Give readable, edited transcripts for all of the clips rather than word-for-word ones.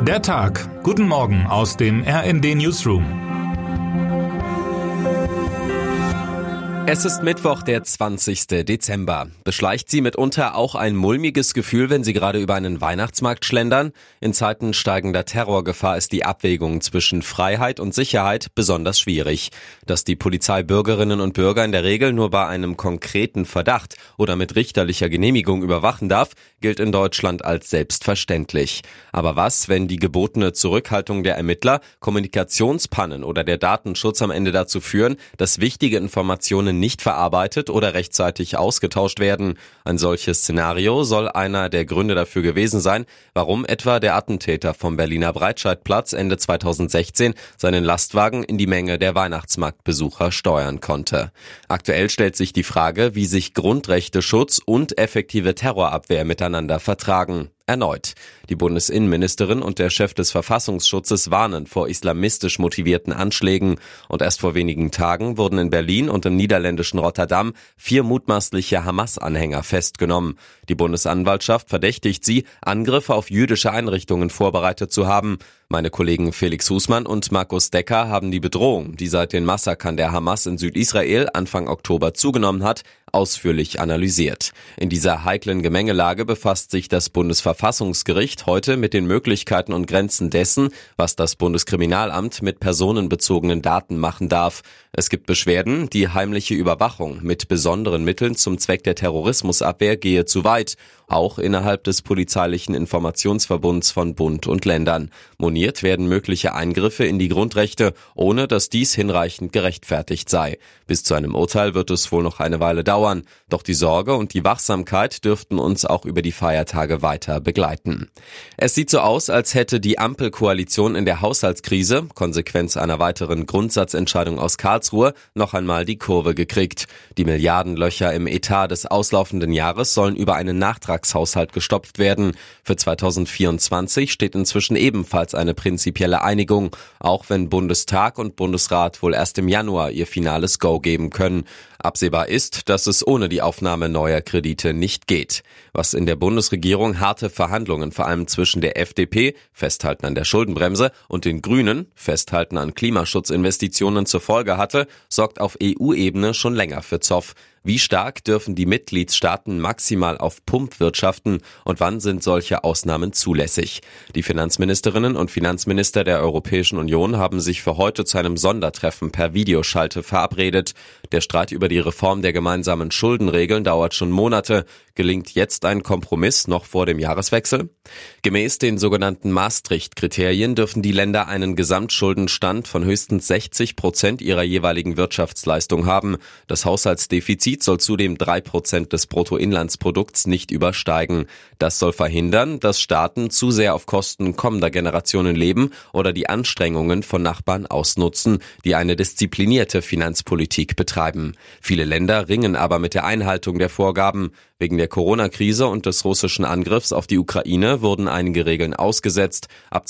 Der Tag. Guten Morgen aus dem RND Newsroom. Es ist Mittwoch, der 20. Dezember. Beschleicht Sie mitunter auch ein mulmiges Gefühl, wenn Sie gerade über einen Weihnachtsmarkt schlendern? In Zeiten steigender Terrorgefahr ist die Abwägung zwischen Freiheit und Sicherheit besonders schwierig. Dass die Polizei Bürgerinnen und Bürger in der Regel nur bei einem konkreten Verdacht oder mit richterlicher Genehmigung überwachen darf, gilt in Deutschland als selbstverständlich. Aber was, wenn die gebotene Zurückhaltung der Ermittler, Kommunikationspannen oder der Datenschutz am Ende dazu führen, dass wichtige Informationen nicht verarbeitet oder rechtzeitig ausgetauscht werden? Ein solches Szenario soll einer der Gründe dafür gewesen sein, warum etwa der Attentäter vom Berliner Breitscheidplatz Ende 2016 seinen Lastwagen in die Menge der Weihnachtsmarktbesucher steuern konnte. Aktuell stellt sich die Frage, wie sich Grundrechteschutz und effektive Terrorabwehr miteinander vertragen. Erneut. Die Bundesinnenministerin und der Chef des Verfassungsschutzes warnen vor islamistisch motivierten Anschlägen. Und erst vor wenigen Tagen wurden in Berlin und im niederländischen Rotterdam 4 mutmaßliche Hamas-Anhänger festgenommen. Die Bundesanwaltschaft verdächtigt sie, Angriffe auf jüdische Einrichtungen vorbereitet zu haben. Meine Kollegen Felix Husmann und Markus Decker haben die Bedrohung, die seit den Massakern der Hamas in Südisrael Anfang Oktober zugenommen hat, ausführlich analysiert. In dieser heiklen Gemengelage befasst sich das Bundesverfassungsgericht heute mit den Möglichkeiten und Grenzen dessen, was das Bundeskriminalamt mit personenbezogenen Daten machen darf. Es gibt Beschwerden, die heimliche Überwachung mit besonderen Mitteln zum Zweck der Terrorismusabwehr gehe zu weit, auch innerhalb des polizeilichen Informationsverbunds von Bund und Ländern. Moniert werden mögliche Eingriffe in die Grundrechte, ohne dass dies hinreichend gerechtfertigt sei. Bis zu einem Urteil wird es wohl noch eine Weile dauern, doch die Sorge und die Wachsamkeit dürften uns auch über die Feiertage weiter begleiten. Es sieht so aus, als hätte die Ampelkoalition in der Haushaltskrise, Konsequenz einer weiteren Grundsatzentscheidung aus Karlsruhe, noch einmal die Kurve gekriegt. Die Milliardenlöcher im Etat des auslaufenden Jahres sollen über einen Nachtragshaushalt gestopft werden. Für 2024 steht inzwischen ebenfalls eine prinzipielle Einigung, auch wenn Bundestag und Bundesrat wohl erst im Januar ihr finales Go geben können. Absehbar ist, dass es ohne die Aufnahme neuer Kredite nicht geht. Was in der Bundesregierung harte Verhandlungen vor allem zwischen der FDP, Festhalten an der Schuldenbremse, und den Grünen, Festhalten an Klimaschutzinvestitionen zur Folge hatte, sorgt auf EU-Ebene schon länger für Zoff. Wie stark dürfen die Mitgliedstaaten maximal auf Pump wirtschaften und wann sind solche Ausnahmen zulässig? Die Finanzministerinnen und Finanzminister der Europäischen Union haben sich für heute zu einem Sondertreffen per Videoschalte verabredet. Der Streit über die Reform der gemeinsamen Schuldenregeln dauert schon Monate. Gelingt jetzt ein Kompromiss noch vor dem Jahreswechsel? Gemäß den sogenannten Maastricht-Kriterien dürfen die Länder einen Gesamtschuldenstand von höchstens 60% ihrer jeweiligen Wirtschaftsleistung haben. Das Haushaltsdefizit soll zudem 3% des Bruttoinlandsprodukts nicht übersteigen. Das soll verhindern, dass Staaten zu sehr auf Kosten kommender Generationen leben oder die Anstrengungen von Nachbarn ausnutzen, die eine disziplinierte Finanzpolitik betreiben. Viele Länder ringen aber mit der Einhaltung der Vorgaben. Wegen der Corona-Krise und des russischen Angriffs auf die Ukraine wurden einige Regeln ausgesetzt. Ab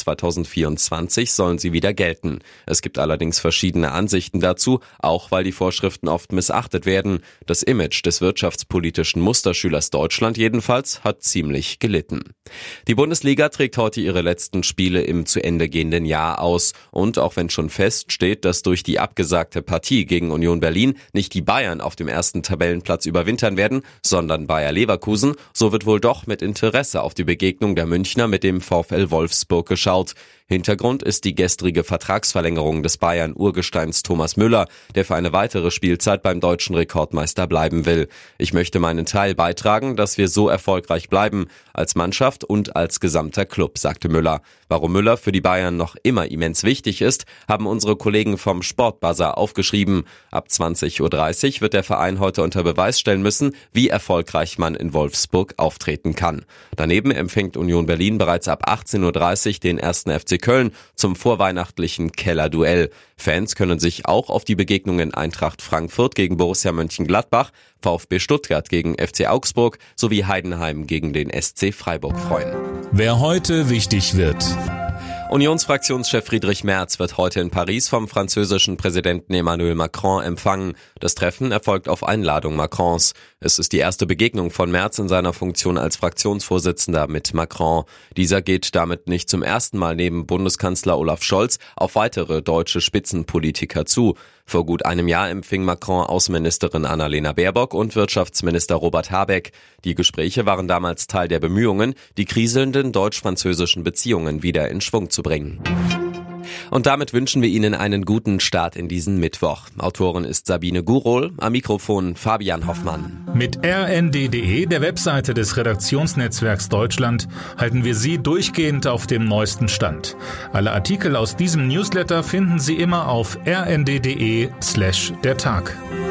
2024 sollen sie wieder gelten. Es gibt allerdings verschiedene Ansichten dazu, auch weil die Vorschriften oft missachtet werden. Das Image des wirtschaftspolitischen Musterschülers Deutschland jedenfalls hat ziemlich gelitten. Die Bundesliga trägt heute ihre letzten Spiele im zu Ende gehenden Jahr aus. Und auch wenn schon feststeht, dass durch die abgesagte Partie gegen Union Berlin nicht die Bayern auf dem ersten Tabellenplatz überwintern werden, sondern Bayer Leverkusen, so wird wohl doch mit Interesse auf die Begegnung der Münchner mit dem VfL Wolfsburg geschaut. Hintergrund ist die gestrige Vertragsverlängerung des Bayern-Urgesteins Thomas Müller, der für eine weitere Spielzeit beim deutschen Rekordmeister bleiben will. Ich möchte meinen Teil beitragen, dass wir so erfolgreich bleiben, als Mannschaft und als gesamter Club, sagte Müller. Warum Müller für die Bayern noch immer immens wichtig ist, haben unsere Kollegen vom Sportbuzzer aufgeschrieben. Ab 20:30 Uhr wird der Verein heute unter Beweis stellen müssen, wie erfolgreich man in Wolfsburg auftreten kann. Daneben empfängt Union Berlin bereits ab 18:30 Uhr den 1. FC Köln zum vorweihnachtlichen Kellerduell. Fans können sich auch auf die Begegnungen Eintracht Frankfurt gegen Borussia Mönchengladbach, VfB Stuttgart gegen FC Augsburg sowie Heidenheim gegen den SC Freiburg freuen. Wer heute wichtig wird. Unionsfraktionschef Friedrich Merz wird heute in Paris vom französischen Präsidenten Emmanuel Macron empfangen. Das Treffen erfolgt auf Einladung Macrons. Es ist die erste Begegnung von Merz in seiner Funktion als Fraktionsvorsitzender mit Macron. Dieser geht damit nicht zum ersten Mal neben Bundeskanzler Olaf Scholz auf weitere deutsche Spitzenpolitiker zu. Vor gut einem Jahr empfing Macron Außenministerin Annalena Baerbock und Wirtschaftsminister Robert Habeck. Die Gespräche waren damals Teil der Bemühungen, die kriselnden deutsch-französischen Beziehungen wieder in Schwung zu bringen. Und damit wünschen wir Ihnen einen guten Start in diesen Mittwoch. Autorin ist Sabine Gurol, am Mikrofon Fabian Hoffmann. Mit rnd.de, der Webseite des Redaktionsnetzwerks Deutschland, halten wir Sie durchgehend auf dem neuesten Stand. Alle Artikel aus diesem Newsletter finden Sie immer auf rnd.de/der Tag.